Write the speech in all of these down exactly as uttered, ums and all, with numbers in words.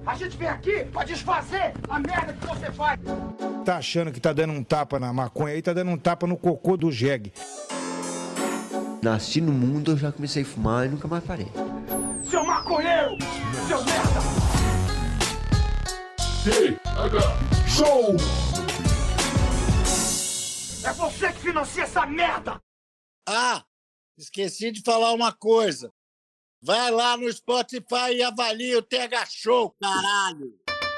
A gente vem aqui pra desfazer a merda que você faz. Tá achando que tá dando um tapa na maconha aí, tá dando um tapa no cocô do jegue. Nasci no mundo, eu já comecei a fumar e nunca mais parei. Seu maconheiro! Seu merda! T H Show! É você que financia essa merda! Ah, esqueci de falar uma coisa. Vai lá no Spotify e avalia o T H Show, caralho!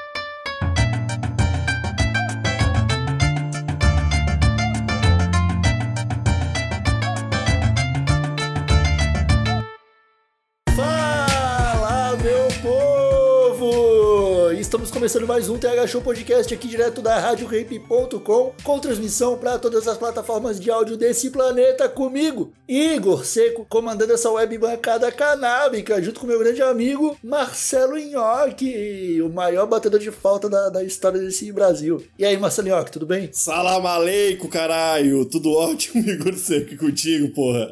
Fala, meu povo! Estamos começando mais um T H Show Podcast aqui direto da rádio rap ponto com, com transmissão para todas as plataformas de áudio desse planeta, comigo, Igor Seco, comandando essa web bancada canábica, junto com meu grande amigo Marcelo Nhoque, o maior batedor de falta da, da história desse Brasil. E aí, Marcelo Nhoque, tudo bem? Salam aleikum, caralho! Tudo ótimo, Igor Seco, e contigo, porra?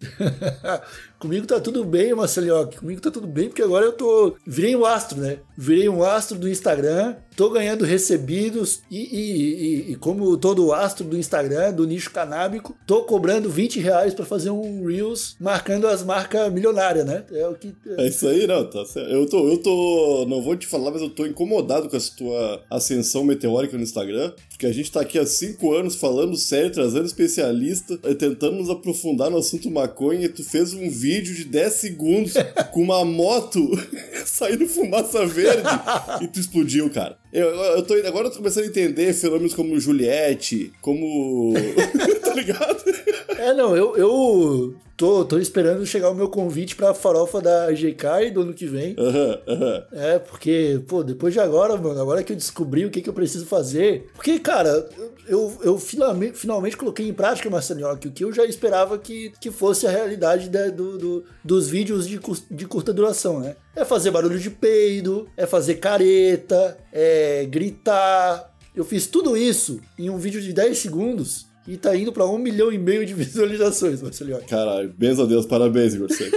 Comigo tá tudo bem, Marcelo. Comigo tá tudo bem, porque agora eu tô... Virei um astro, né? Virei um astro do Instagram, tô ganhando recebidos e, e, e, e como todo astro do Instagram, do nicho canábico, tô cobrando vinte reais pra fazer um Reels marcando as marcas milionárias, né? É o que... É isso aí, não, tá certo. Eu tô, eu tô... Não vou te falar, mas eu tô incomodado com essa tua ascensão meteórica no Instagram, porque a gente tá aqui há cinco anos falando sério, trazendo especialista, tentando nos aprofundar no assunto maconha, e tu fez um vídeo de dez segundos com uma moto saindo fumaça verde e tu explodiu, cara. Eu, eu tô, agora eu tô começando a entender fenômenos como Juliette, como... tá ligado? É, não, eu, eu tô, tô esperando chegar o meu convite pra farofa da G K do ano que vem. Aham, uhum, aham. Uhum. É, porque, pô, depois de agora, mano, agora que eu descobri o que, que eu preciso fazer... Porque, cara, eu, eu finalmente, finalmente coloquei em prática, Marcelinho, o que eu já esperava que, que fosse a realidade de, do, do, dos vídeos de, de curta duração, né? É fazer barulho de peido, é fazer careta, é gritar. Eu fiz tudo isso em um vídeo de dez segundos e tá indo pra um milhão e meio de visualizações, Marcelinho. Caralho, benção a Deus, parabéns, Igor Seco.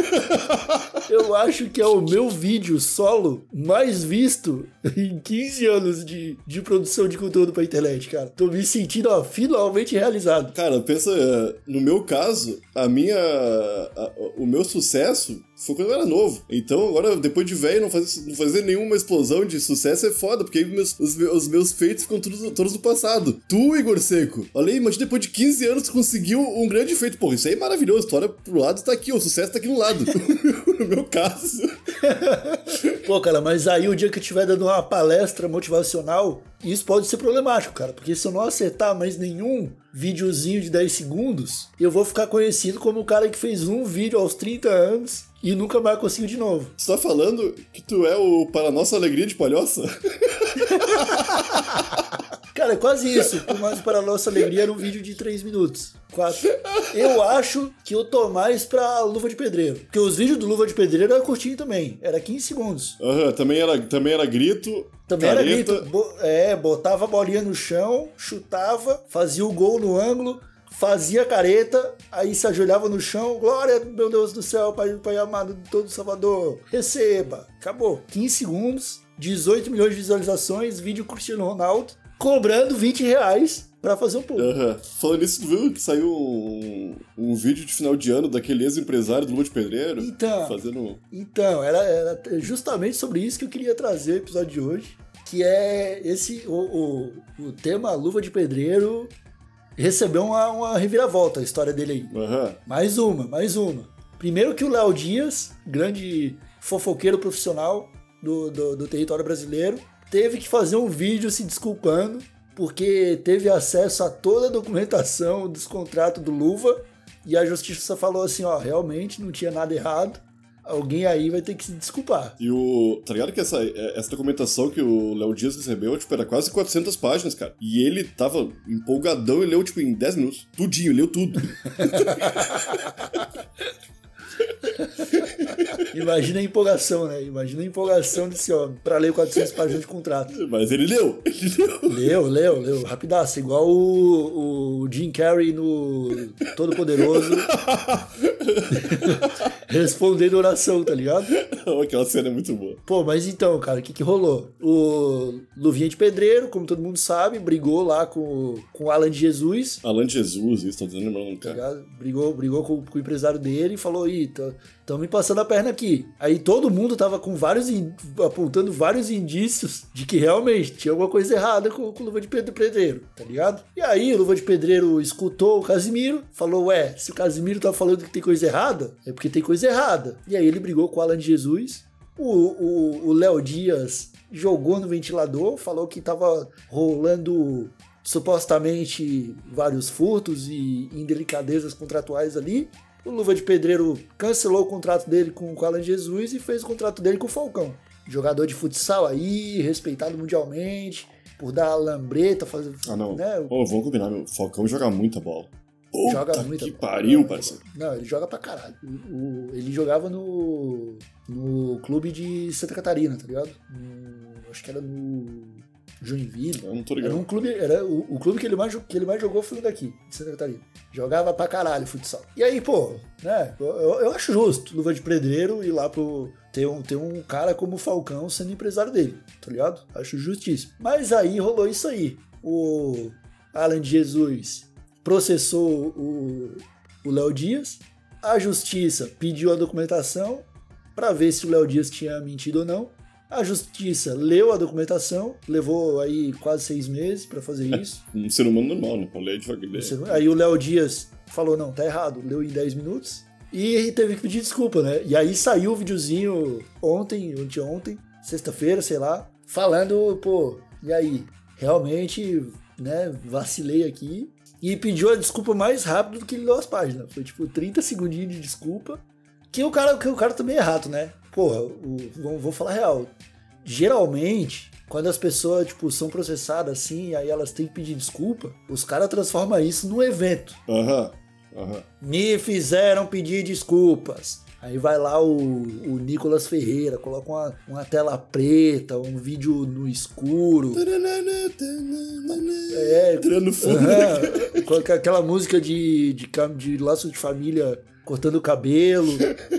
Eu acho que é o meu vídeo solo mais visto em quinze anos de, de produção de conteúdo pra internet, cara. Tô me sentindo, ó, finalmente realizado. Cara, pensa, no meu caso, a minha... A, o meu sucesso foi quando eu era novo. Então, agora, depois de velho, não fazer, não fazer nenhuma explosão de sucesso é foda, porque aí meus, os, os meus feitos ficam todos, todos do passado. Tu, Igor Seco, olha aí, mas depois de quinze anos tu conseguiu um grande feito. Pô, isso aí é maravilhoso. Tu olha pro lado, tá aqui, o sucesso tá aqui no lado. No meu caso. Pô, cara, mas aí o dia que eu estiver dando uma palestra motivacional, isso pode ser problemático, cara, porque se eu não acertar mais nenhum videozinho de dez segundos, eu vou ficar conhecido como o cara que fez um vídeo aos trinta anos e nunca mais conseguiu de novo. Você tá falando que tu é o Para Nossa Alegria de Palhoça? Cara, é quase isso. Mas para a nossa alegria era um vídeo de três minutos. quatro. Eu acho que eu tô mais pra Luva de Pedreiro. Porque os vídeos do Luva de Pedreiro era curtinho também. Era quinze segundos. Aham, uhum, também, era, também era grito. Também careta. era grito. Bo- é, botava a bolinha no chão, chutava, fazia o gol no ângulo, fazia careta, aí se ajoelhava no chão. Glória, meu Deus do céu, Pai, Pai amado de todo Salvador. Receba. Acabou. quinze segundos, dezoito milhões de visualizações, vídeo Cristiano Ronaldo, cobrando vinte reais pra fazer um pouco. Uhum. Falando nisso, tu viu que saiu um, um vídeo de final de ano daquele ex-empresário do Luva de Pedreiro? Então, fazendo... então era, era justamente sobre isso que eu queria trazer o episódio de hoje, que é esse, o, o, o tema Luva de Pedreiro recebeu uma, uma reviravolta, a história dele aí. Uhum. Mais uma, mais uma. Primeiro que o Léo Dias, grande fofoqueiro profissional do, do, do território brasileiro, teve que fazer um vídeo se desculpando porque teve acesso a toda a documentação dos contratos do Luva e a justiça falou assim, ó, realmente não tinha nada errado, alguém aí vai ter que se desculpar. E o... Tá ligado que essa, essa documentação que o Léo Dias recebeu, tipo, era quase quatrocentas páginas, cara. E ele tava empolgadão e leu, tipo, em dez minutos. Tudinho, leu tudo. Imagina a empolgação, né? Imagina a empolgação desse homem pra ler quatrocentas páginas de contrato. Mas ele leu, ele leu. Leu, leu, leu. Rapidaço, igual o, o Jim Carrey no Todo Poderoso. respondendo oração, tá ligado? Aquela cena é muito boa. Pô, mas então, cara, o que que rolou? O Luvinha de Pedreiro, como todo mundo sabe, brigou lá com, com o Alan de Jesus. Alan de Jesus, isso, tô dizendo lembrando, Tá cara. ligado? Brigou, brigou com, com o empresário dele e falou, ih, tão me passando a perna aqui. Aí todo mundo tava com vários, in- apontando vários indícios de que realmente tinha alguma coisa errada com, com o Luva de Pedro- Pedreiro, tá ligado? E aí o Luva de Pedreiro escutou o Casimiro, falou, ué, se o Casimiro tá falando que tem coisa errada, é porque tem coisa errada. E aí ele brigou com o Alan de Jesus. O, o, o Léo Dias jogou no ventilador, falou que tava rolando supostamente vários furtos e indelicadezas contratuais ali. O Luva de Pedreiro cancelou o contrato dele com o Alan Jesus e fez o contrato dele com o Falcão. Jogador de futsal aí, respeitado mundialmente, por dar lambreta, fazer... Ah, não. Né? Ô, vamos combinar, meu. O Falcão joga muita bola. Puta Joga muita que bola. pariu, parceiro. Não, ele joga pra caralho. O- o- ele jogava no, no clube de Santa Catarina, tá ligado? No- acho que era no Joinville. Eu não tô Era ligado. um clube, era o, o clube que ele, mais, jo- que ele mais jogou foi o daqui, de Santa Catarina. Jogava pra caralho futsal. E aí, pô, né? Eu, eu- eu acho justo Luva de Pedreiro ir lá pro. Ter um, ter um cara como o Falcão sendo empresário dele, tá ligado? Acho justíssimo. Mas aí rolou isso aí. O Alan de Jesus processou o o Léo Dias. A justiça pediu a documentação pra ver se o Léo Dias tinha mentido ou não. A justiça leu a documentação, levou aí quase seis meses pra fazer isso. Um ser humano normal, né? Pra ler devagar. Aí o Léo Dias falou, não, tá errado, leu em dez minutos. E teve que pedir desculpa, né? E aí saiu o videozinho ontem, anteontem, sexta-feira, sei lá, falando, pô, e aí? Realmente, né, vacilei aqui. E pediu a desculpa mais rápido do que ele leu as páginas. Foi tipo trinta segundinhos de desculpa. Que o cara, que o cara também é rato, né? Porra, o, vou, vou falar real. Geralmente, quando as pessoas, tipo, são processadas assim, aí elas têm que pedir desculpa, os caras transformam isso num evento. Aham, aham. Me fizeram pedir desculpas. Aí vai lá o, o Nicolas Ferreira, coloca uma, uma tela preta, um vídeo no escuro. É, Entrando no fundo. aham, coloca aquela música de, de, cam- de laço de família cortando o cabelo,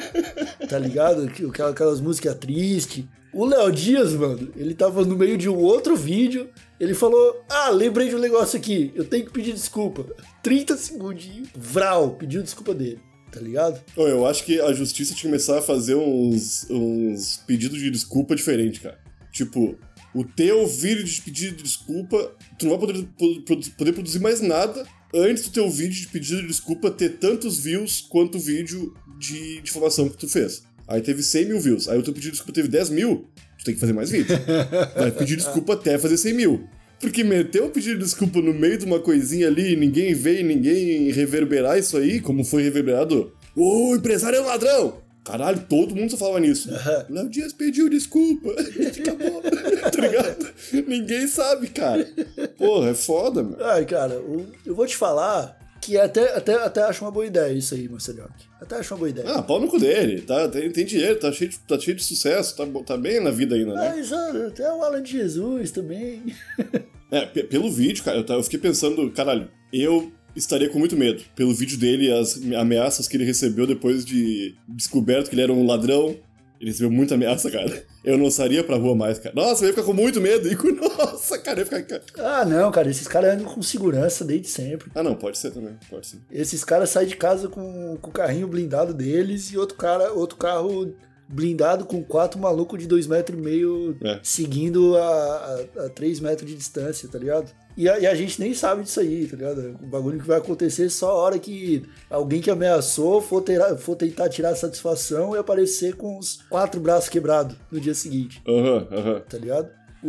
tá ligado? Aquelas, aquelas músicas tristes. O Léo Dias, mano, ele tava no meio de um outro vídeo, ele falou, ah, lembrei de um negócio aqui, eu tenho que pedir desculpa. trinta segundinhos, vral, pediu desculpa dele, tá ligado? Ô, eu acho que a justiça tinha que começar a fazer uns, uns pedidos de desculpa diferentes, cara. Tipo, o teu vídeo de pedido de desculpa, tu não vai poder, poder, poder produzir mais nada antes do teu vídeo de pedido de desculpa ter tantos views quanto o vídeo de difamação que tu fez. Aí teve cem mil views. Aí o teu pedido de desculpa teve dez mil, tu tem que fazer mais vídeo. Vai pedir desculpa até fazer cem mil. Porque meter o pedido de desculpa no meio de uma coisinha ali e ninguém veio, ninguém reverberar isso aí, como foi reverberado. O empresário é um ladrão! Caralho, todo mundo só falava nisso. Léo Dias pediu desculpa. Acabou. Tá ligado? Ninguém sabe, cara. Porra, é foda, meu. Ai, cara, o- eu vou te falar que até, até, até acho uma boa ideia isso aí, Marcelinho. Até acho uma boa ideia. Ah, pau no cu dele. Tá, tem, tem dinheiro, tá cheio, de, tá cheio de sucesso, tá, bo- tá bem na vida ainda, né? Mas ah, até o Alan de Jesus também. É, pe- pelo vídeo, cara, eu, ta- eu fiquei pensando, caralho, eu estaria com muito medo. Pelo vídeo dele, as ameaças que ele recebeu depois de descoberto que ele era um ladrão. Ele recebeu muita ameaça, cara. Eu não sairia pra rua mais, cara. Nossa, eu ia ficar com muito medo. E com... Nossa, cara, eu ia ficar... Ah, não, cara, esses caras andam com segurança desde sempre. Ah, não, pode ser também, pode ser. Esses caras saem de casa com, com o carrinho blindado deles e outro cara, outro carro blindado com quatro malucos de dois metros e meio É. seguindo a, a, a três metros de distância, tá ligado? E a, e a gente nem sabe disso aí, tá ligado? O bagulho que vai acontecer só a hora que alguém que ameaçou for, ter, for tentar tirar satisfação e aparecer com os quatro braços quebrados no dia seguinte, Aham, aham. tá ligado?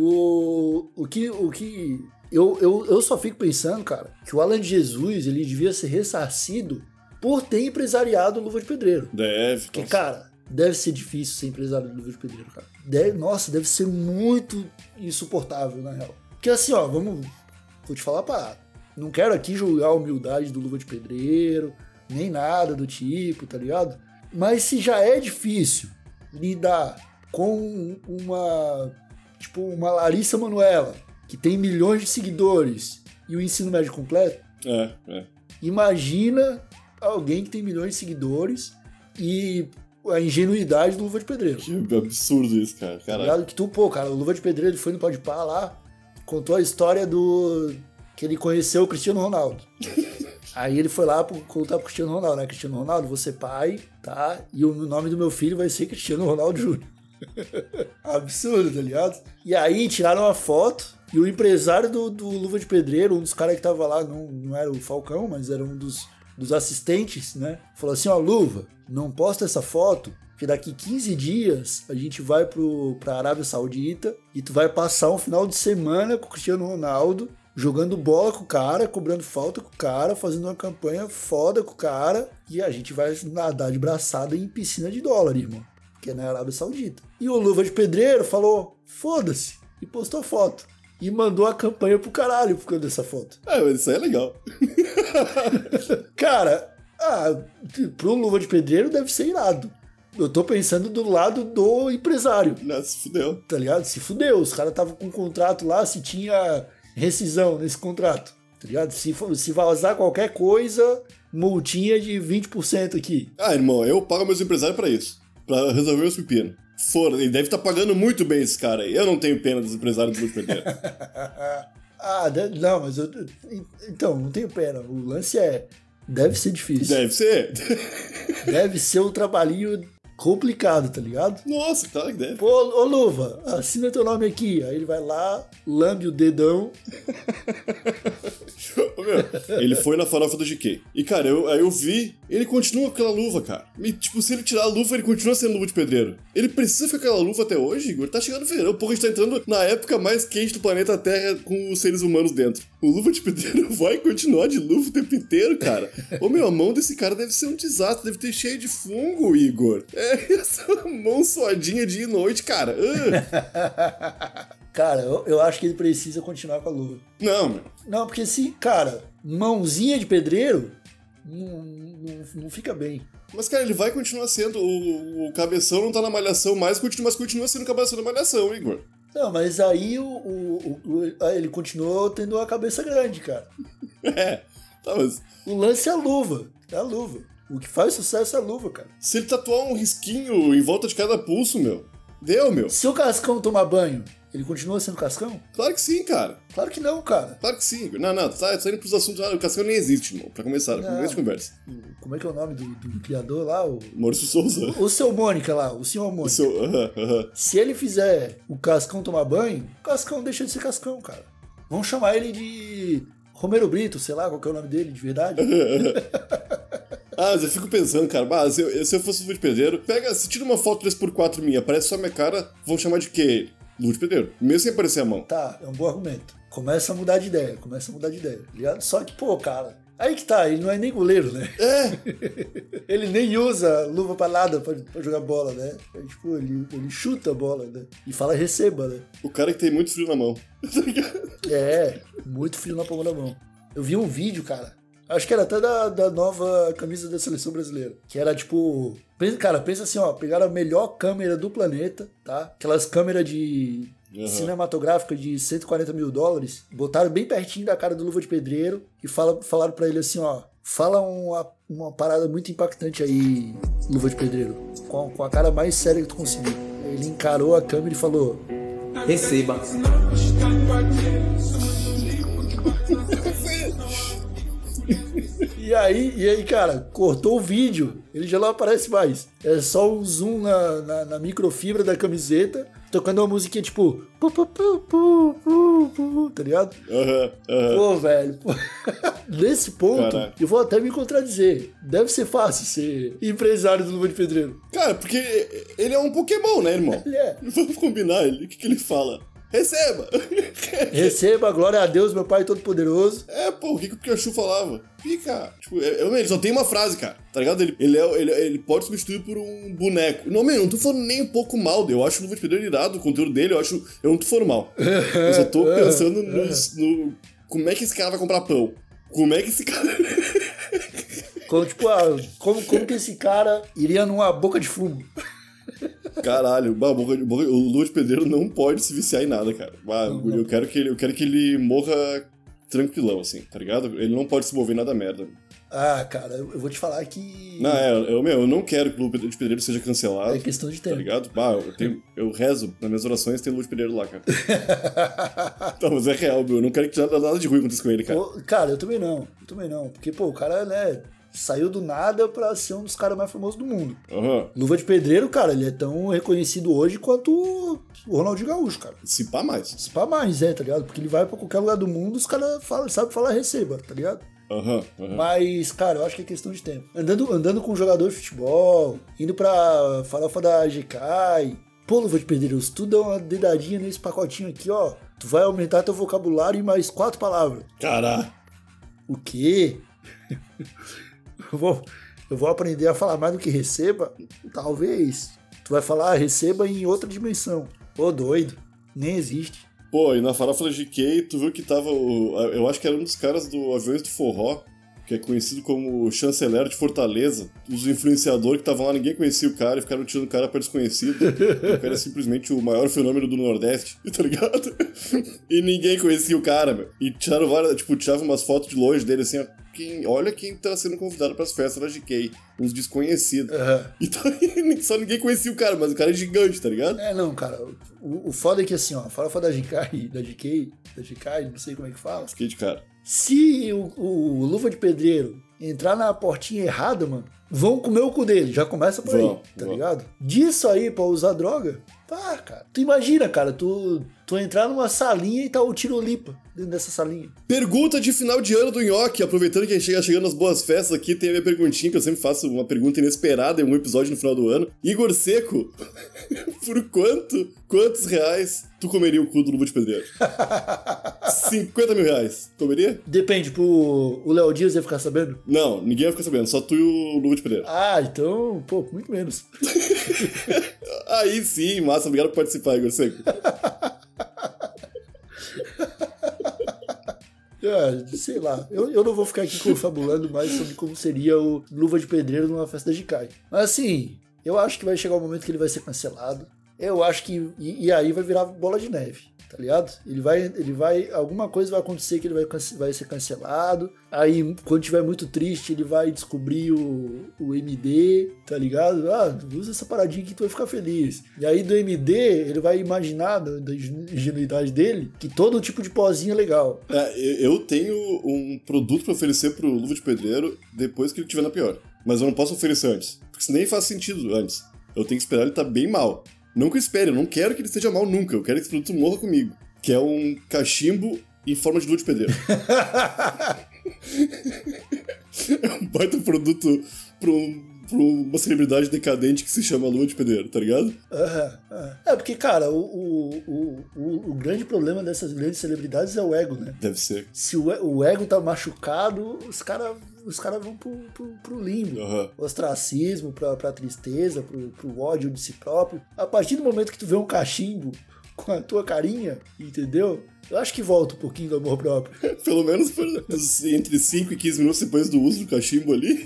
O, o que... O que eu, eu, eu só fico pensando, cara, que o Alan de Jesus, ele devia ser ressarcido por ter empresariado o Luva de Pedreiro. Deve. Porque, nossa. cara, deve ser difícil ser empresário do Luva de Pedreiro, cara. Deve, nossa, deve ser muito insuportável, na real. Porque assim, ó, vamos... Vou te falar pra... Não quero aqui julgar a humildade do Luva de Pedreiro, nem nada do tipo, tá ligado? Mas se já é difícil lidar com uma... Tipo, uma Larissa Manoela, que tem milhões de seguidores, e o ensino médio completo, É, é. imagina alguém que tem milhões de seguidores e a ingenuidade do Luva de Pedreiro. Que absurdo isso, cara. Tá ligado? Que tu, pô, cara, o Luva de Pedreiro ele foi no Podpah lá, contou a história do... que ele conheceu o Cristiano Ronaldo. Aí ele foi lá contar pro Cristiano Ronaldo, né? Cristiano Ronaldo, você é pai, tá? E o nome do meu filho vai ser Cristiano Ronaldo Júnior Absurdo, tá ligado? E aí tiraram uma foto e o empresário do, do Luva de Pedreiro, um dos caras que tava lá, não, não era o Falcão, mas era um dos, dos assistentes, né? Falou assim, ó, Luva, não posta essa foto, que daqui quinze dias a gente vai pro, pra Arábia Saudita e tu vai passar um final de semana com o Cristiano Ronaldo, jogando bola com o cara, cobrando falta com o cara, fazendo uma campanha foda com o cara, e a gente vai nadar de braçada em piscina de dólar, irmão, que é na Arábia Saudita. E o Luva de Pedreiro falou, foda-se, e postou foto. E mandou a campanha pro caralho por causa dessa foto. Ah, mas isso aí é legal. Cara, ah, pro Luva de Pedreiro deve ser irado. Eu tô pensando do lado do empresário. Não, se fudeu. Tá ligado? Se fudeu. Os caras estavam com um contrato lá, se tinha rescisão nesse contrato. Tá ligado? Se, for, se vazar qualquer coisa, multinha de vinte por cento aqui. Ah, irmão, eu pago meus empresários pra isso. Pra resolver meus pepinos. Fora, ele deve estar tá pagando muito bem esse cara aí. Eu não tenho pena dos empresários do Luva de Pedreiro. Ah, não, mas eu... Então, não tenho pena. O lance é... Deve ser difícil. Deve ser. Deve ser um trabalhinho complicado, tá ligado? Nossa, claro que deve. Pô, ô Luva, assina teu nome aqui. Aí ele vai lá, lambe o dedão. Meu, ele foi na farofa do G K. E, cara, eu, aí eu vi, ele continua com aquela luva, cara. E, tipo, se ele tirar a luva, ele continua sendo Luva de Pedreiro. Ele precisa ficar com aquela luva até hoje, Igor? Tá chegando o verão. Porra, a gente tá entrando na época mais quente do planeta Terra com os seres humanos dentro. O Luva de Pedreiro vai continuar de luva o tempo inteiro, cara. Ô, meu, a mão desse cara deve ser um desastre. Deve ter cheio de fungo, Igor. É, essa mão suadinha dia e noite, cara. Uh. Cara, eu, eu acho que ele precisa continuar com a luva. Não, meu. Não, porque se, cara, mãozinha de pedreiro, não, não, não fica bem. Mas, cara, ele vai continuar sendo. O, o cabeção não tá na malhação mais, mas continua sendo o cabeção da malhação, Igor. Não, mas aí o, o, o, ele continuou tendo a cabeça grande, cara. É, tá, mas... O lance é a luva, é a luva. O que faz sucesso é a luva, cara. Se ele tatuar um risquinho em volta de cada pulso, meu, deu, meu. Se o Cascão tomar banho, ele continua sendo Cascão? Claro que sim, cara. Claro que não, cara. Claro que sim. Não, não, tá saindo pros assuntos. Ah, o Cascão nem existe, irmão, pra começar, pra começar de conversa. Como é que é o nome do, do criador lá? O Maurício Souza. O, o seu Mônica lá, o senhor Mônica. O seu, uh -huh, uh -huh. Se ele fizer o Cascão tomar banho, o Cascão deixa de ser Cascão, cara. Vamos chamar ele de Romero Brito, sei lá qual que é o nome dele de verdade. Ah, mas eu fico pensando, cara, mas se eu, se eu fosse Luva de Pedreiro, pega, se tira uma foto três por quatro minha, aparece só minha cara, vão chamar de quê? Luva de Pedreiro. Mesmo sem aparecer a mão. Tá, é um bom argumento. Começa a mudar de ideia, começa a mudar de ideia, ligado? Só que, pô, cara, aí que tá, ele não é nem goleiro, né? É! Ele nem usa luva pra nada pra, pra jogar bola, né? É, tipo, ele, ele chuta a bola, né? E fala receba, né? O cara que tem muito frio na mão. É, muito frio na palma da mão. Eu vi um vídeo, cara, acho que era até da, da nova camisa da seleção brasileira. Que era tipo... Pensa, cara, pensa assim, ó. Pegaram a melhor câmera do planeta, tá? Aquelas câmeras de... Uhum. Cinematográfica de cento e quarenta mil dólares. Botaram bem pertinho da cara do Luva de Pedreiro. E fala, falaram pra ele assim, ó. Fala uma, uma parada muito impactante aí, Luva de Pedreiro. Com, com a cara mais séria que tu conseguir. Ele encarou a câmera e falou... Receba. E aí, e aí, cara, cortou o vídeo, ele já não aparece mais. É só um zoom na, na, na microfibra da camiseta, tocando uma musiquinha tipo... Pu, pu, pu, pu, pu, pu, tá ligado? Aham, uhum, aham. Uhum. Pô, velho, pô. Nesse ponto, Caraca. Eu vou até me contradizer. Deve ser fácil ser empresário do Luva de Pedreiro. Cara, porque ele é um Pokémon, né, irmão? Ele é. Vamos combinar, ele. O que, que ele fala? Receba! Receba, glória a Deus, meu Pai Todo-Poderoso. É, pô, o que, que o Pikachu falava? Fica. Tipo, eu, ele só tem uma frase, cara. Tá ligado? Ele, ele, é, ele, ele pode substituir por um boneco. Não, meu, eu não tô falando nem um pouco mal. Eu acho o Luva de Pedreiro irado, o conteúdo dele, eu acho. Eu não tô falando mal. Eu só tô pensando nos, no. Como é que esse cara vai comprar pão? Como é que esse cara. Como, tipo, ah, como, como que esse cara iria numa boca de fumo? Caralho, bah, boca, boca, o Luva de Pedreiro não pode se viciar em nada, cara. Bah, não, eu, não. Quero que ele, eu quero que ele morra tranquilão, assim, tá ligado? Ele não pode se mover em nada merda. Ah, cara, eu vou te falar que... Não, é, eu, meu, eu não quero que o Luva de Pedreiro seja cancelado. É questão de tempo. Tá ligado? Bah, eu, tenho, eu rezo, nas minhas orações tem Luva de Pedreiro lá, cara. Não, mas é real, meu. Eu não quero que nada de ruim aconteça com ele, cara. Pô, cara, eu também não. Eu também não. Porque, pô, o cara, né, saiu do nada pra ser um dos caras mais famosos do mundo. Uhum. Luva de Pedreiro, cara, ele é tão reconhecido hoje quanto o Ronaldinho Gaúcho, cara. Se pá mais. Se pá mais, é, tá ligado? Porque ele vai pra qualquer lugar do mundo, os caras sabem falar receba, tá ligado? Uhum, uhum. Mas, cara, eu acho que é questão de tempo. Andando, andando com um jogador de futebol, indo pra farofa da G K I. Pô, Luva de Pedreiro, se tu dá uma dedadinha nesse pacotinho aqui, ó, tu vai aumentar teu vocabulário em mais quatro palavras. Caralho. O quê? eu, vou, eu vou aprender a falar mais do que receba? Talvez. Tu vai falar receba em outra dimensão. Pô, doido. Nem existe. Pô, e na farofa da G K, tu viu que tava o... Eu acho que era um dos caras do Aviões do Forró, que é conhecido como chanceler de Fortaleza. Os influenciadores que estavam lá, ninguém conhecia o cara e ficaram tirando o cara pra desconhecido. O cara é simplesmente o maior fenômeno do Nordeste, tá ligado? E ninguém conhecia o cara, meu. E tiraram várias, tipo, tiravam umas fotos de longe dele assim, ó. Quem, olha quem tá sendo convidado pras festas da G K, uns desconhecidos. Uhum. Então, só ninguém conhecia o cara, mas o cara é gigante, tá ligado? É, não, cara, o, o foda é que assim, ó, fala da G K, da G K, da G K, não sei como é que fala. Fiquei de cara. Se o, o Luva de Pedreiro entrar na portinha errada, mano, vão comer o cu dele, já começa por vão, aí, tá vão. ligado? Disso aí pra usar droga, pá, cara. Tu imagina, cara, tu, tu entrar numa salinha e tá o Tirolipa dentro dessa salinha. Pergunta de final de ano do Nhoque. Aproveitando que a gente chega chegando nas boas festas aqui, tem a minha perguntinha, que eu sempre faço uma pergunta inesperada em um episódio no final do ano. Igor Seco, por quanto, quantos reais tu comeria o cu do Luva de Pedreiro? cinquenta mil reais. Comeria? Depende, pro o Léo Dias ia ficar sabendo? Não, ninguém vai ficar sabendo, só tu e o Luva de Pedreiro. Ah, então, pô, muito menos. Aí sim, massa, obrigado por participar, Igor Seco. Ah, sei lá, eu, eu não vou ficar aqui confabulando mais sobre como seria o Luva de Pedreiro numa festa da G K. Mas assim, eu acho que vai chegar o momento que ele vai ser cancelado. Eu acho que. E, e aí vai virar bola de neve, tá ligado? Ele vai. Ele vai. Alguma coisa vai acontecer que ele vai, vai ser cancelado. Aí, quando tiver muito triste, ele vai descobrir o, o M D, tá ligado? Ah, usa essa paradinha que tu vai ficar feliz. E aí do M D, ele vai imaginar, da, da ingenuidade dele, que todo tipo de pozinho é legal. É, eu tenho um produto pra oferecer pro Luva de Pedreiro depois que ele estiver na pior. Mas eu não posso oferecer antes. Porque isso nem faz sentido antes. Eu tenho que esperar ele estar bem mal. Nunca espere, eu não quero que ele esteja mal nunca. Eu quero que esse produto morra comigo. Que é um cachimbo em forma de Luva de Pedreiro. É um baita produto pra, um, pra uma celebridade decadente que se chama Luva de Pedreiro, tá ligado? Uhum, uhum. É, porque, cara, o, o, o, o, o grande problema dessas grandes celebridades é o ego, né? Deve ser. Se o, o ego tá machucado, os caras os cara vão pro, pro, pro limbo. Uhum. Ostracismo, pra, pra tristeza, pro, pro ódio de si próprio. A partir do momento que tu vê um cachimbo com a tua carinha, entendeu? Eu acho que volta um pouquinho do amor próprio. Pelo menos por, entre cinco e quinze minutos depois do uso do cachimbo ali.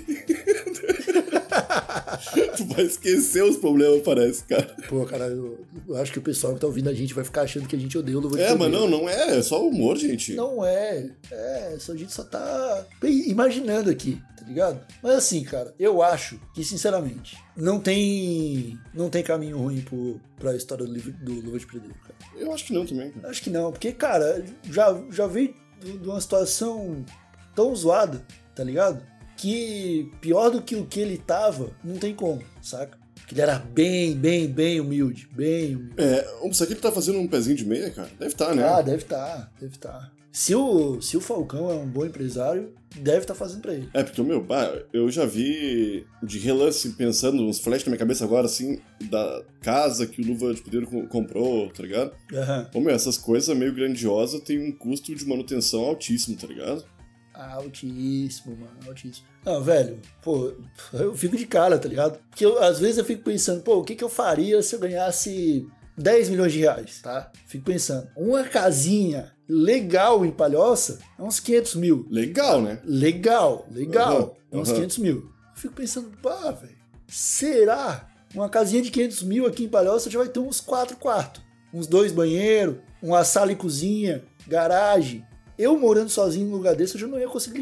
Tu vai esquecer os problemas, parece, cara. Pô, cara, eu, eu acho que o pessoal que tá ouvindo a gente vai ficar achando que a gente odeia o Luva de É, Pedreiro. mas não, não é. É só humor, gente. Não é. É, só, a gente só tá bem imaginando aqui, tá ligado? Mas assim, cara, eu acho que, sinceramente, não tem não tem caminho ruim pro, pra história do, livro, do Luva de Pedreiro, cara. Eu acho que não também. Cara. Acho que não, porque, cara, já, já veio de uma situação tão zoada, tá ligado? Que pior do que o que ele tava, não tem como, saca? Porque ele era bem, bem, bem humilde, bem humilde. É, será que ele tá fazendo um pezinho de meia, cara? Deve estar, tá, né? Ah, deve estar, tá, deve estar. Tá. Se o, se o Falcão é um bom empresário, deve estar tá fazendo pra ele. É, porque, meu, bah, eu já vi de relance, pensando, uns flash na minha cabeça agora, assim, da casa que o Luva de Pedreiro comprou, tá ligado? Aham. Uhum. Pô, meu, essas coisas meio grandiosas têm um custo de manutenção altíssimo, tá ligado? Altíssimo, mano, altíssimo. Não, velho, pô, eu fico de cara, tá ligado? Porque eu, às vezes eu fico pensando, pô, o que que eu faria se eu ganhasse dez milhões de reais, tá? Fico pensando, uma casinha legal em Palhoça é uns quinhentos mil. Legal, né? Legal, legal. Uhum, é uns uhum. quinhentos mil. Eu fico pensando, pá, velho, será? Uma casinha de quinhentos mil aqui em Palhoça já vai ter uns quatro quartos, uns dois banheiros, uma sala e cozinha, garagem. Eu morando sozinho num lugar desse, eu já não ia conseguir limpar.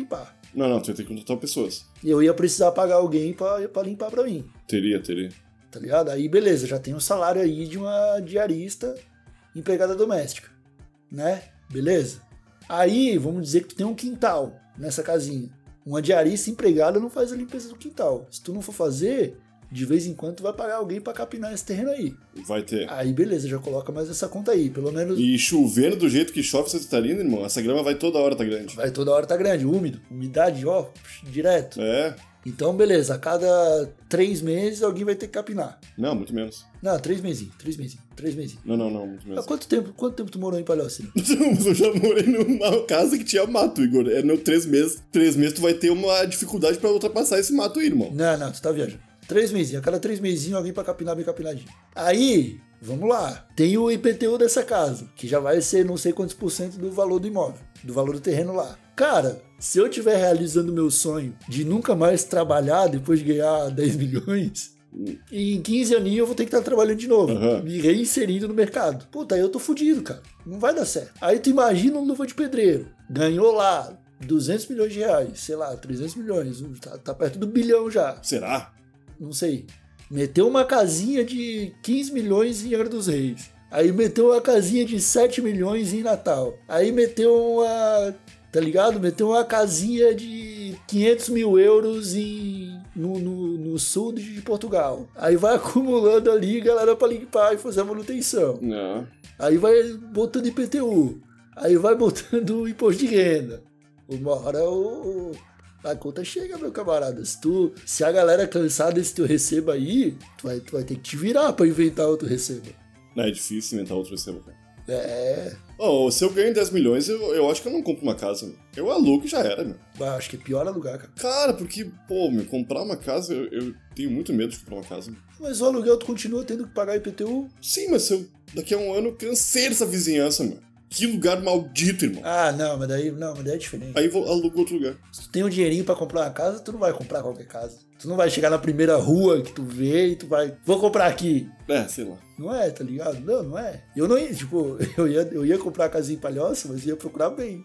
Não, não, tu ia ter que contratar pessoas. E eu ia precisar pagar alguém pra, pra limpar pra mim. Teria, teria. Tá ligado? Aí beleza, já tem um salário aí de uma diarista empregada doméstica, né? Beleza? Aí, vamos dizer que tu tem um quintal nessa casinha. Uma diarista empregada não faz a limpeza do quintal. Se tu não for fazer, de vez em quando tu vai pagar alguém pra capinar esse terreno aí. Vai ter. Aí beleza, já coloca mais essa conta aí, pelo menos... E chovendo do jeito que chove Santa Catarina, irmão, essa grama vai toda hora tá grande. Vai toda hora tá grande, úmido, umidade, ó, direto. É. Então, beleza, a cada três meses alguém vai ter que capinar. Não, muito menos. Não, três meses, três meses, três meses. Não, não, não, muito menos. Há quanto tempo, quanto tempo tu morou em Palhoça? Eu já morei numa casa que tinha mato, Igor. É no três meses. Três meses tu vai ter uma dificuldade pra ultrapassar esse mato aí, irmão. Não, não, tu tá viajando. Três meses, a cada três mesinhos alguém pra capinar bem capinadinho. Aí, vamos lá, tem o I P T U dessa casa, que já vai ser não sei quantos por cento do valor do imóvel, do valor do terreno lá. Cara, se eu estiver realizando meu sonho de nunca mais trabalhar depois de ganhar dez milhões, em quinze aninhos eu vou ter que estar trabalhando de novo, uhum. me reinserindo no mercado. Puta, aí eu tô fudido, cara. Não vai dar certo. Aí tu imagina um Luva de Pedreiro, ganhou lá duzentos milhões de reais, sei lá, trezentos milhões, tá, tá perto do bilhão já. Será? Não sei. Meteu uma casinha de quinze milhões em Angra dos Reis. Aí meteu uma casinha de sete milhões em Natal. Aí meteu uma... Tá ligado? Meteu uma casinha de quinhentos mil euros em, no, no, no sul de Portugal. Aí vai acumulando ali galera pra limpar e fazer a manutenção. Não. Aí vai botando I P T U. Aí vai botando imposto de renda. Uma hora o... a conta chega, meu camarada. Se, tu, se a galera cansar desse teu receba aí, tu vai, tu vai ter que te virar pra inventar outro receba. Não, é difícil inventar outro receba, cara. É. Oh, se eu ganho dez milhões, eu, eu acho que eu não compro uma casa, meu. Eu alugo e já era, meu. Bah, acho que é pior alugar, cara. Cara, porque, pô, meu, comprar uma casa, eu, eu tenho muito medo de comprar uma casa, meu. Mas o aluguel tu continua tendo que pagar I P T U? Sim, mas se eu, daqui a um ano eu cansei dessa vizinhança, meu. Que lugar maldito, irmão. Ah, não, mas daí, não, mas daí é diferente. Aí eu alugo outro lugar. Se tu tem um dinheirinho pra comprar uma casa, tu não vai comprar qualquer casa. Tu não vai chegar na primeira rua que tu vê e tu vai... Vou comprar aqui. É, sei lá. Não é, tá ligado? Não, não é. Eu não ia, tipo... Eu ia, eu ia comprar a casinha em Palhoça, mas ia procurar bem.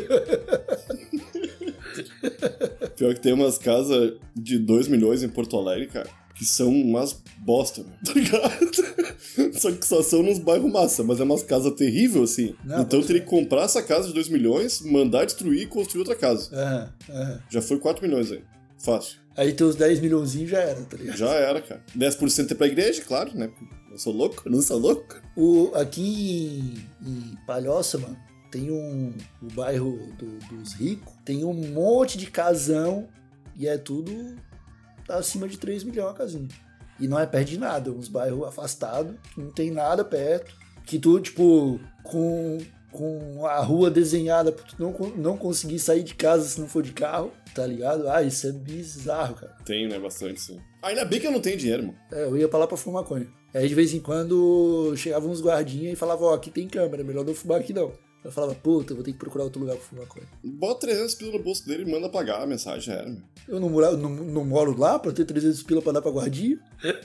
Pior que tem umas casas de dois milhões em Porto Alegre, cara, que são umas bosta, meu, tá ligado? Só que só são nos bairros massa, mas é umas casas terríveis, assim. Não, então eu teria que comprar essa casa de dois milhões, mandar destruir e construir outra casa. Aham, aham. Já foi quatro milhões aí. Fácil. Aí teus dez milhõezinhos já era, tá ligado? Já era, cara. dez por cento é pra igreja, claro, né? Eu sou louco, eu não sou louco. O, aqui em, em Palhoça, mano, tem um... O bairro do, dos ricos, tem um monte de casão e é tudo acima de três milhões a casinha. E não é perto de nada, uns bairros afastados, não tem nada perto. Que tu, tipo, com, com a rua desenhada pra tu não, não conseguir sair de casa se não for de carro, tá ligado? Ah, isso é bizarro, cara. Tem, né? Bastante, sim. Ainda bem que eu não tenho dinheiro, mano. É, eu ia pra lá pra fumar maconha. Aí de vez em quando chegavam uns guardinhas e falavam, ó, oh, aqui tem câmera, melhor não fumar aqui não. Eu falava, puta, eu vou ter que procurar outro lugar pra fumar maconha. Bota trezentos pila no bolso dele e manda pagar a mensagem, já era, meu. Eu não, moro, não, não moro lá pra ter trezentos pila pra dar pra guardinha?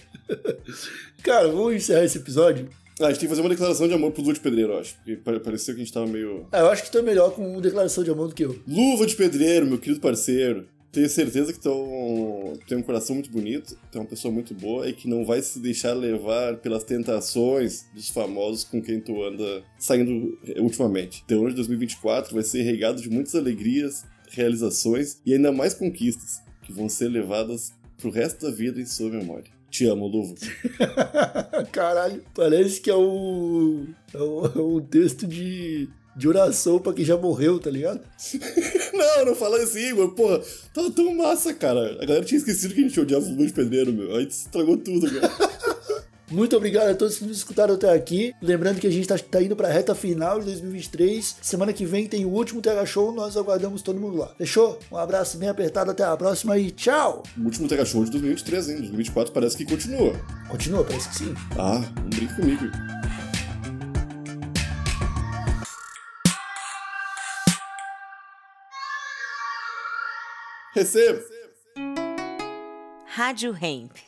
Cara, vamos encerrar esse episódio? Ah, a gente tem que fazer uma declaração de amor pro Luva de Pedreiro, eu acho. Porque pareceu que a gente tava meio... Ah, eu acho que tu é melhor com declaração de amor do que eu. Luva de Pedreiro, meu querido parceiro. Tenho certeza que tu tem um coração muito bonito, tu é uma pessoa muito boa e que não vai se deixar levar pelas tentações dos famosos com quem tu anda saindo ultimamente. Teu ano de dois mil e vinte e quatro vai ser regado de muitas alegrias, realizações e ainda mais conquistas que vão ser levadas pro resto da vida em sua memória. Te amo, Luva. Caralho, parece que é o, é o, é o texto de... de oração pra quem já morreu, tá ligado? Não, não fala assim, mano. Porra, tava tão massa, cara. A galera tinha esquecido que a gente odiava o Luva de Pedreiro, meu. Aí estragou tudo, cara. Muito obrigado a todos que nos escutaram até aqui. Lembrando que a gente tá, tá indo pra reta final de dois mil e vinte e três. Semana que vem tem o último T H Show. Nós aguardamos todo mundo lá. Fechou? Um abraço bem apertado. Até a próxima e tchau! O último T H Show de dois mil e vinte e três, hein? dois mil e vinte e quatro parece que continua. Continua, parece que sim. Ah, não brinque comigo. Receba! Rádio Hemp.